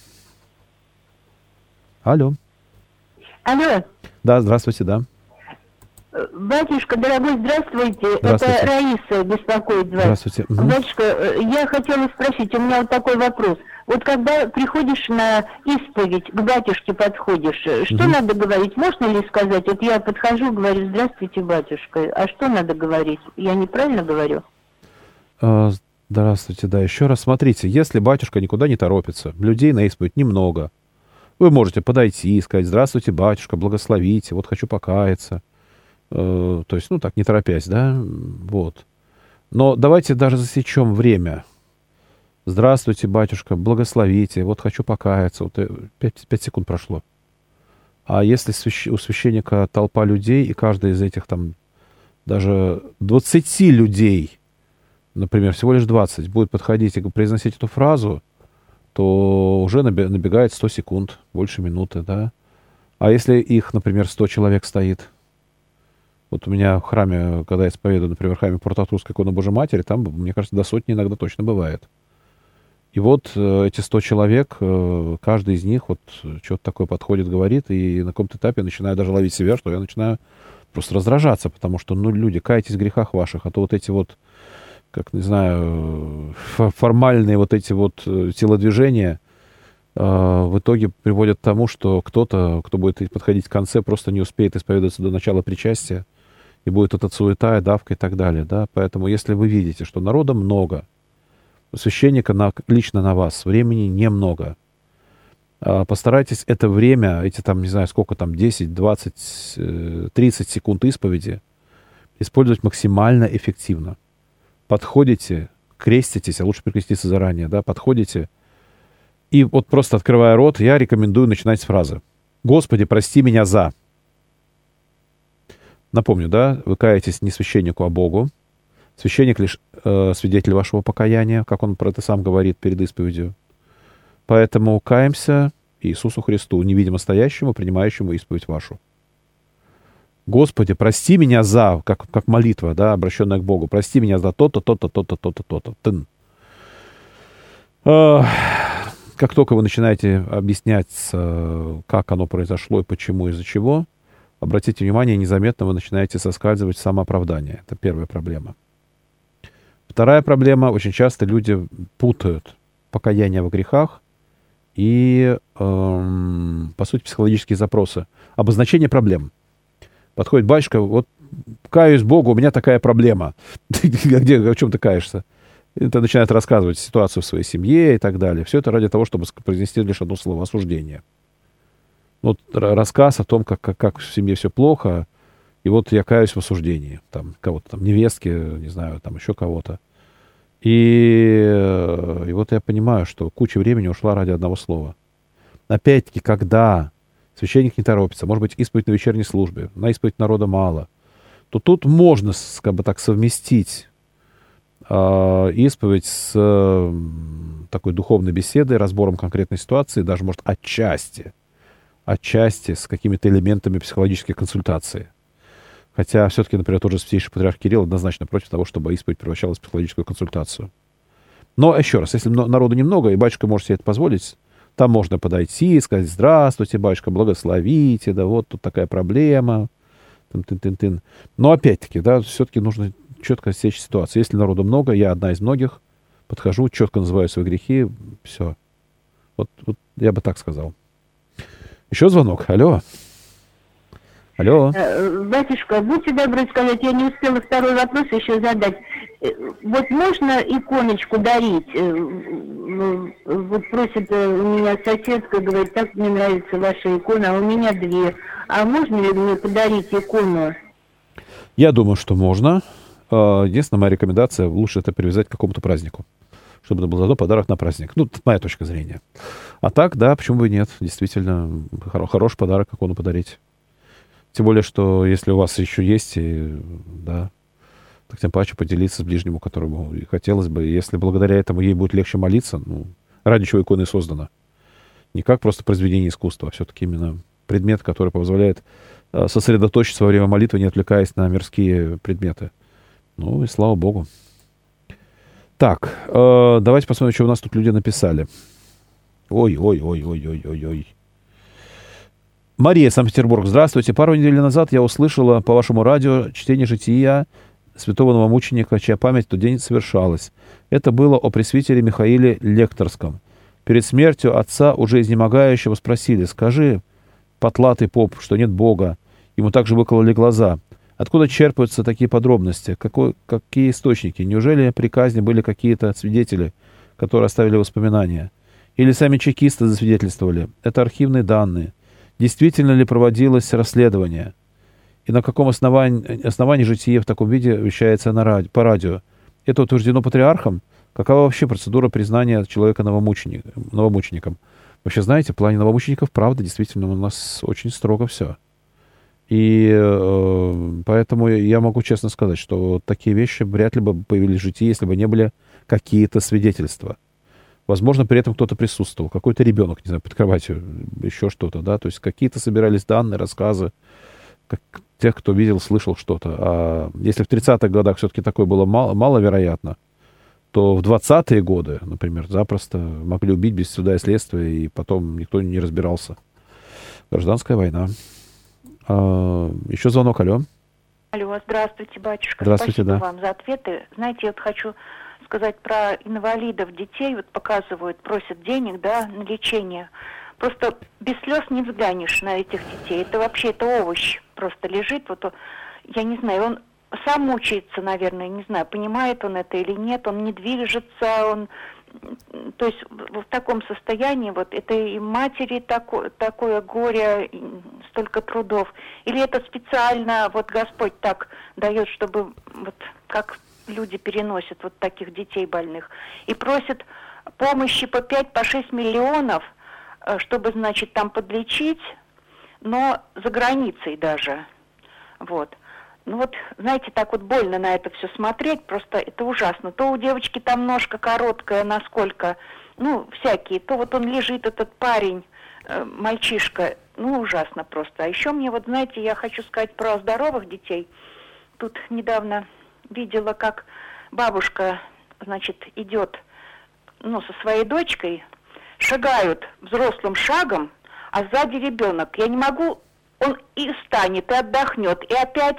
Speaker 2: Алло.
Speaker 5: Алло.
Speaker 2: Да, здравствуйте, да.
Speaker 5: Батюшка, дорогой, здравствуйте. Это Раиса беспокоит вас.
Speaker 2: Здравствуйте.
Speaker 5: Батюшка, я хотела спросить, у меня вот такой вопрос. Вот когда приходишь на исповедь, к батюшке подходишь, что надо говорить? Можно ли сказать? Вот я подхожу, говорю, здравствуйте, батюшка. А что надо говорить? Я неправильно говорю?
Speaker 2: Здравствуйте, да. Еще раз смотрите, если батюшка никуда не торопится, людей на исповедь немного, вы можете подойти и сказать, здравствуйте, батюшка, благословите, вот хочу покаяться. То есть, так, не торопясь, да, вот. Но давайте даже засечем время. Здравствуйте, батюшка, благословите, вот хочу покаяться. Вот 5 секунд прошло. А если у священника толпа людей, и каждый из этих там даже 20 людей, например, всего лишь 20, будет подходить и произносить эту фразу, то уже набегает 100 секунд, больше минуты, да. А если их, например, 100 человек стоит? Вот у меня в храме, когда я исповедую, например, в храме Порт-Артурской иконы Божьей Матери, там, мне кажется, до сотни иногда точно бывает. И вот эти 100 человек, каждый из них вот что-то такое подходит, говорит, и на каком-то этапе начинаю даже ловить себя, что я начинаю просто раздражаться, потому что, люди, кайтесь в грехах ваших, а то вот эти вот, как, не знаю, формальные вот эти вот телодвижения в итоге приводят к тому, что кто-то, кто будет подходить к конце, просто не успеет исповедоваться до начала причастия, и будет эта суета, давка и так далее, да. Поэтому, если вы видите, что народа много, у священника лично на вас времени немного, постарайтесь это время, эти там, не знаю, сколько там, 10, 20, 30 секунд исповеди использовать максимально эффективно. Подходите, креститесь, а лучше прикреститься заранее, да, подходите, и вот просто открывая рот, я рекомендую начинать с фразы «Господи, прости меня за». Напомню, да, вы каетесь не священнику, а Богу. Священник лишь свидетель вашего покаяния, как он про это сам говорит перед исповедью. Поэтому каемся Иисусу Христу, невидимо стоящему, принимающему исповедь вашу. Господи, прости меня за, как молитва, да, обращенная к Богу, прости меня за то-то, то-то, то-то, то-то, то-то. Тын. Как только вы начинаете объяснять, как оно произошло и почему, из-за чего, обратите внимание, незаметно вы начинаете соскальзывать в самооправдание. Это первая проблема. Вторая проблема. Очень часто люди путают покаяние во грехах и, по сути, психологические запросы. Обозначение проблем. Подходит батюшка, вот каюсь Богу, у меня такая проблема. О чем ты каешься? И ты начинает рассказывать ситуацию в своей семье и так далее. Все это ради того, чтобы произнести лишь одно слово — осуждение. Вот рассказ о том, как в семье все плохо, и вот я каюсь в осуждении. Там кого-то, там невестки, не знаю, там еще кого-то. И вот я понимаю, что куча времени ушла ради одного слова. Опять-таки, когда священник не торопится, может быть, исповедь на вечерней службе, на исповедь народа мало, то тут можно, как бы так, совместить исповедь с такой духовной беседой, разбором конкретной ситуации, даже, может, отчасти с какими-то элементами психологической консультации. Хотя все-таки, например, тот же Святейший Патриарх Кирилл однозначно против того, чтобы исповедь превращалась в психологическую консультацию. Но, еще раз, если народу немного, и батюшка может себе это позволить, там можно подойти и сказать: здравствуйте, батюшка, благословите, да вот тут такая проблема. Тын-тын-тын-тын. Но опять-таки, да, все-таки нужно четко сечь ситуацию. Если народу много, я одна из многих, подхожу, четко называю свои грехи, все. Вот я бы так сказал. Еще звонок. Алло. Алло.
Speaker 5: Батюшка, будьте добры сказать, я не успела второй вопрос еще задать. Вот можно иконочку дарить? Вот просит у меня соседка, говорит, так мне нравится ваша икона, а у меня 2. А можно ли мне подарить икону?
Speaker 2: Я думаю, что можно. Единственная моя рекомендация, лучше это привязать к какому-то празднику, чтобы это был заодно подарок на праздник. Ну, это моя точка зрения. А так, да, почему бы и нет. Действительно, хороший подарок какому подарить. Тем более, что если у вас еще есть, да, так тем паче поделиться с ближнему, которому хотелось бы. Если благодаря этому ей будет легче молиться, ну, ради чего икона и создана. Не как просто произведение искусства, а все-таки именно предмет, который позволяет сосредоточиться во время молитвы, не отвлекаясь на мирские предметы. Ну и слава Богу. Так, давайте посмотрим, что у нас тут люди написали. Ой. Мария, Санкт-Петербург. Здравствуйте. Пару недель назад я услышала по вашему радио чтение жития святого новомученика, чья память в тот день совершалась. Это было о пресвитере Михаиле Лекторском. Перед смертью отца, уже изнемогающего, спросили: «Скажи, потлатый поп, что нет Бога». Ему также выкололи глаза. Откуда черпаются такие подробности? Какие источники? Неужели при казни были какие-то свидетели, которые оставили воспоминания? Или сами чекисты засвидетельствовали? Это архивные данные. Действительно ли проводилось расследование? И на каком основании житие в таком виде вещается по радио? Это утверждено патриархом? Какова вообще процедура признания человека новомучеником? Вообще, знаете, в плане новомучеников, правда, действительно, у нас очень строго все. И поэтому я могу честно сказать, что такие вещи вряд ли бы появились в житии, если бы не были какие-то свидетельства. Возможно, при этом кто-то присутствовал, какой-то ребенок, не знаю, под кроватью, еще что-то, да, то есть какие-то собирались данные, рассказы, тех, кто видел, слышал что-то. А если в 30-х годах все-таки такое было маловероятно, то в 20-е годы, например, запросто могли убить без суда и следствия, и потом никто не разбирался. Гражданская война. Еще звонок, алло.
Speaker 8: Алло, здравствуйте, батюшка.
Speaker 2: Здравствуйте,
Speaker 8: Спасибо
Speaker 2: да.
Speaker 8: вам за ответы. Знаете, вот хочу сказать про инвалидов, детей, вот показывают, просят денег, да, на лечение. Просто без слез не взглянешь на этих детей. Это вообще, это овощ просто лежит. Вот, я не знаю, он сам мучается, наверное, не знаю, понимает он это или нет, он не движется, он... То есть в таком состоянии, вот это и матери такое горе, столько трудов. Или это специально вот Господь так дает, чтобы вот как люди переносят вот таких детей больных. И просят помощи по 5-6 миллионов, чтобы, значит, там подлечить, но за границей даже. Вот. Ну вот, знаете, так вот больно на это все смотреть, просто это ужасно. То у девочки там ножка короткая, насколько, ну, всякие. То вот он лежит, этот парень, мальчишка, ну, ужасно просто. А еще мне вот, знаете, я хочу сказать про здоровых детей. Тут недавно видела, как бабушка, значит, идет, ну, со своей дочкой, шагают взрослым шагом, а сзади ребенок. Я не могу, он и встанет, и отдохнет, и опять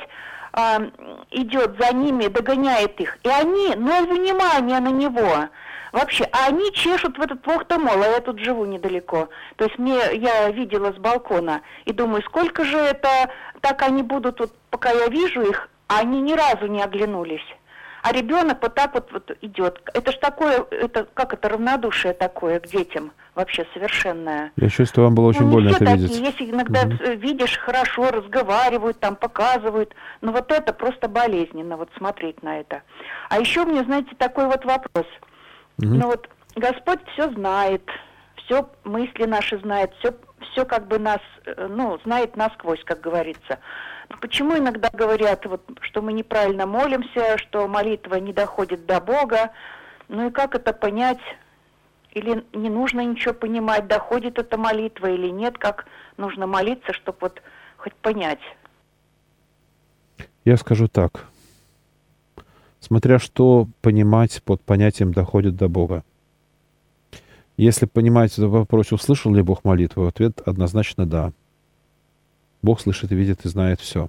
Speaker 8: идет за ними, догоняет их. И они, ноль внимания на него. Вообще, а они чешут в этот плохо-то-мол, а я тут живу недалеко. То есть я видела с балкона и думаю, сколько же это, так они будут, вот, пока я вижу их, а они ни разу не оглянулись. А ребенок вот так вот идет. Это ж такое, это как это равнодушие такое к детям вообще совершенное.
Speaker 2: Я чувствую, вам было очень больно это
Speaker 8: такие.
Speaker 2: видеть.
Speaker 8: Если иногда видишь хорошо, разговаривают, там показывают, но вот это просто болезненно, вот смотреть на это. А еще мне, знаете, такой вот вопрос. Ну вот Господь все знает, все мысли наши знает, все как бы нас, ну, знает насквозь, как говорится. Но почему иногда говорят, вот, что мы неправильно молимся, что молитва не доходит до Бога? Ну и как это понять? Или не нужно ничего понимать, доходит эта молитва или нет? Как нужно молиться, чтобы вот хоть понять?
Speaker 2: Я скажу так. Смотря что понимать под понятием «доходит до Бога». Если понимаете этот вопрос, услышал ли Бог молитву, ответ однозначно «да». Бог слышит и видит и знает все.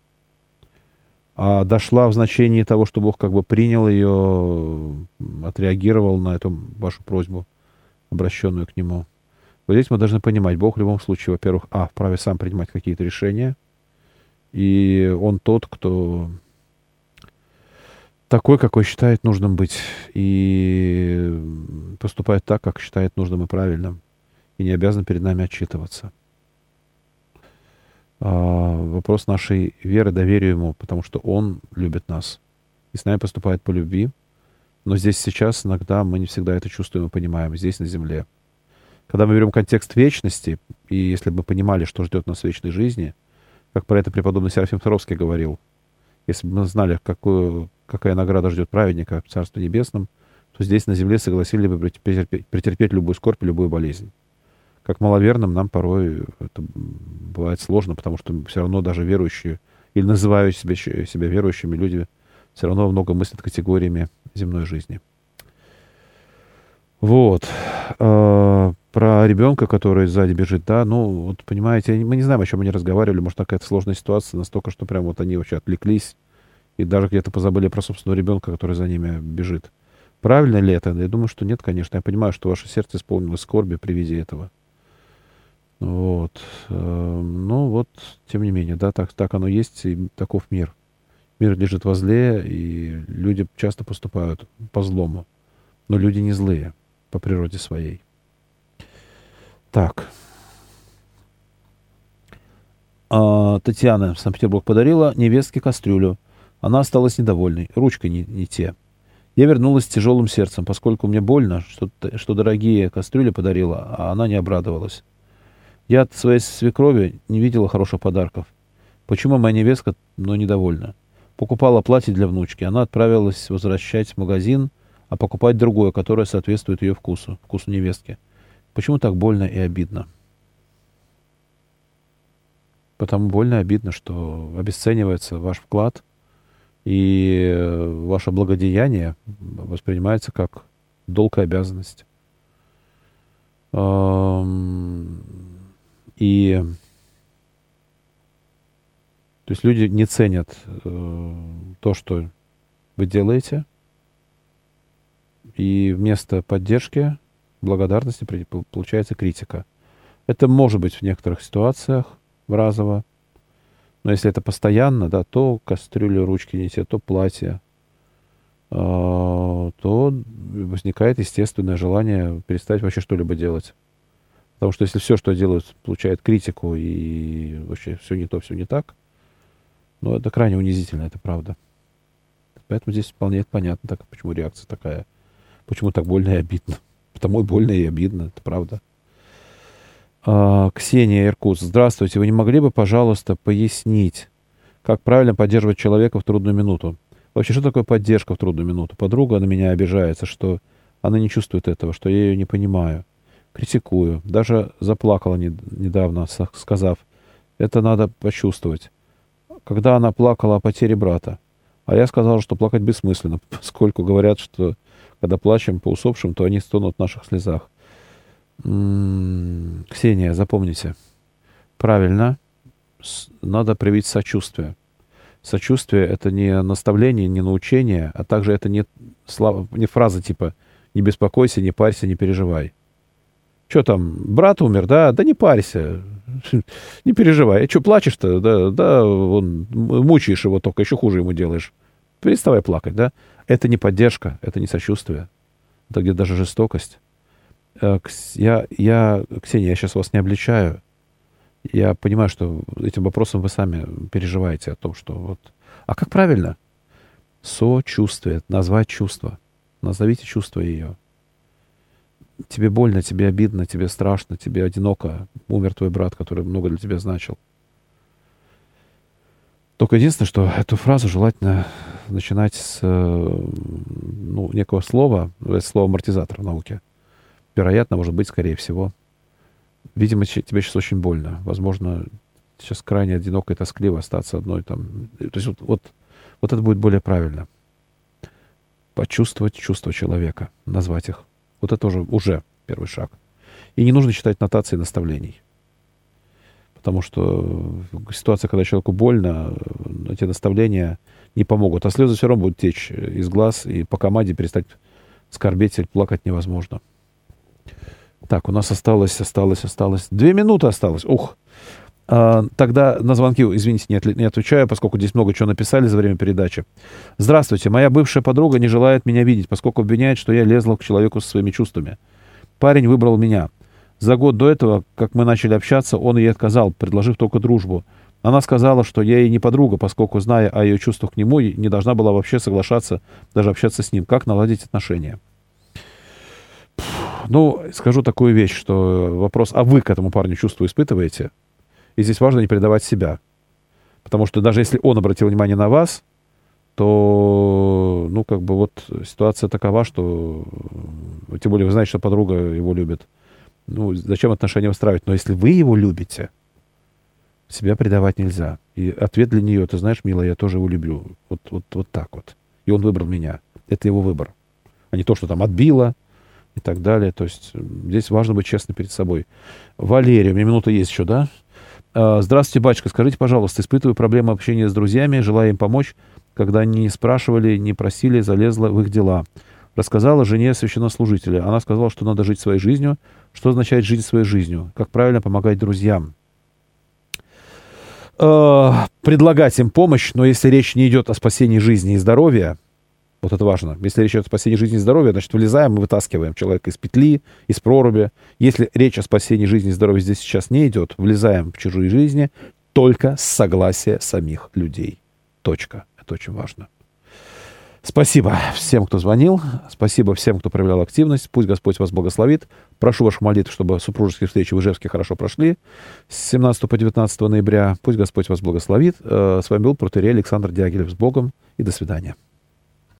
Speaker 2: А дошла в значении того, что Бог как бы принял ее, отреагировал на эту вашу просьбу, обращенную к Нему. Вот здесь мы должны понимать, Бог в любом случае, во-первых, вправе сам принимать какие-то решения, и Он тот, кто такой, какой считает нужным быть, и поступает так, как считает нужным и правильным, и не обязан перед нами отчитываться. Вопрос вопрос нашей веры, доверия Ему, потому что Он любит нас и с нами поступает по любви. Но здесь сейчас иногда мы не всегда это чувствуем и понимаем, здесь на земле. Когда мы берем контекст вечности, и если бы мы понимали, что ждет нас в вечной жизни, как про это преподобный Серафим Саровский говорил, если бы мы знали, какая награда ждет праведника в Царстве Небесном, то здесь на земле согласились бы претерпеть любую скорбь и любую болезнь. Как маловерным нам порой это бывает сложно, потому что все равно даже верующие или называющие себя верующими люди все равно много мыслят категориями земной жизни. Вот. Про ребенка, который сзади бежит, да, ну, вот понимаете, мы не знаем, о чем они разговаривали, может, какая-то сложная ситуация, настолько, что прям вот они вообще отвлеклись и даже где-то позабыли про собственного ребенка, который за ними бежит. Правильно ли это? Я думаю, что нет, конечно. Я понимаю, что ваше сердце исполнилось скорби при виде этого. Вот. Ну, вот, тем не менее, да, так оно есть, и таков мир. Мир лежит во зле, и люди часто поступают по злому. Но люди не злые по природе своей. Так. Татьяна в Санкт-Петербург подарила невестке кастрюлю. Она осталась недовольной. Ручкой не те. Я вернулась с тяжелым сердцем, поскольку мне больно, что дорогие кастрюли подарила, а она не обрадовалась. Я от своей свекрови не видела хороших подарков. Почему моя невестка, но недовольна? Покупала платье для внучки. Она отправилась возвращать в магазин, а покупать другое, которое соответствует ее вкусу невестки. Почему так больно и обидно? Потому больно и обидно, что обесценивается ваш вклад, и ваше благодеяние воспринимается как долг и обязанность. И то есть люди не ценят то, что вы делаете, и вместо поддержки, благодарности получается критика. Это может быть в некоторых ситуациях разово, но если это постоянно, да, то кастрюлю, ручки не те, то платье, то возникает естественное желание перестать вообще что-либо делать. Потому что если все, что делают, получает критику и вообще все не то, все не так, ну, это крайне унизительно, это правда. Поэтому здесь вполне понятно, так, почему реакция такая. Почему так больно и обидно. Потому и больно и обидно, это правда. Ксения, Иркутск. Здравствуйте. Вы не могли бы, пожалуйста, пояснить, как правильно поддерживать человека в трудную минуту? Вообще, что такое поддержка в трудную минуту? Подруга на меня обижается, что она не чувствует этого, что я ее не понимаю. Критикую. Даже заплакала недавно, сказав, это надо почувствовать. Когда она плакала о потере брата. А я сказал, что плакать бессмысленно, поскольку говорят, что когда плачем по усопшим, то они стонут в наших слезах. Ксения, запомните. Правильно. Надо проявить сочувствие. Сочувствие — это не наставление, не научение, а также это не фраза типа «не беспокойся, не парься, не переживай». Что там, брат умер, да? Да не парься, не переживай. Что, плачешь-то? Да, вон, мучаешь его только, еще хуже ему делаешь. Переставай плакать, да? Это не поддержка, это не сочувствие. Это где-то даже жестокость. Ксения, я сейчас вас не обличаю. Я понимаю, что этим вопросом вы сами переживаете о том, что вот... А как правильно? Сочувствие, назвать чувство. Назовите чувство ее. Тебе больно, тебе обидно, тебе страшно, тебе одиноко. Умер твой брат, который много для тебя значил. Только единственное, что эту фразу желательно начинать с некого слова, слово амортизатор в науке. Вероятно, может быть, скорее всего. Видимо, тебе сейчас очень больно. Возможно, сейчас крайне одиноко и тоскливо остаться одной там. То есть вот это будет более правильно. Почувствовать чувства человека, назвать их. Вот это уже первый шаг. И не нужно читать нотации и наставлений. Потому что ситуация, когда человеку больно, эти наставления не помогут. А слезы все равно будут течь из глаз, и по команде перестать скорбеть или плакать невозможно. Так, у нас осталось. 2 минуты осталось. Ух. Тогда на звонки, извините, не отвечаю, поскольку здесь много чего написали за время передачи. Здравствуйте. Моя бывшая подруга не желает меня видеть, поскольку обвиняет, что я лезла к человеку со своими чувствами. Парень выбрал меня. За год до этого, как мы начали общаться, он ей отказал, предложив только дружбу. Она сказала, что я ей не подруга, поскольку, зная о ее чувствах к нему, не должна была вообще соглашаться, даже общаться с ним. Как наладить отношения? Ну, скажу такую вещь, что вопрос, а вы к этому парню чувства испытываете? И здесь важно не предавать себя. Потому что даже если он обратил внимание на вас, то, ну, как бы вот ситуация такова, что, тем более вы знаете, что подруга его любит. Ну, зачем отношения устраивать? Но если вы его любите, себя предавать нельзя. И ответ для нее, ты знаешь, милая, я тоже его люблю. Вот так вот. И он выбрал меня. Это его выбор. А не то, что там отбило и так далее. То есть здесь важно быть честным перед собой. Валерия, у меня минута есть еще, да? Здравствуйте, батюшка. Скажите, пожалуйста, испытываю проблемы общения с друзьями, желаю им помочь, когда не спрашивали, не просили, залезла в их дела. Рассказала жене священнослужителя. Она сказала, что надо жить своей жизнью. Что означает жить своей жизнью? Как правильно помогать друзьям? Предлагать им помощь, но если речь не идет о спасении жизни и здоровья, вот это важно. Если речь идет о спасении жизни и здоровья, значит, влезаем и вытаскиваем человека из петли, из проруби. Если речь о спасении жизни и здоровья здесь сейчас не идет, влезаем в чужие жизни только с согласия самих людей. Точка. Это очень важно. Спасибо всем, кто звонил. Спасибо всем, кто проявлял активность. Пусть Господь вас благословит. Прошу ваших молитв, чтобы супружеские встречи в Ижевске хорошо прошли. С 17 по 19 ноября. Пусть Господь вас благословит. С вами был протоиерей Александр Дягилев. С Богом и до свидания.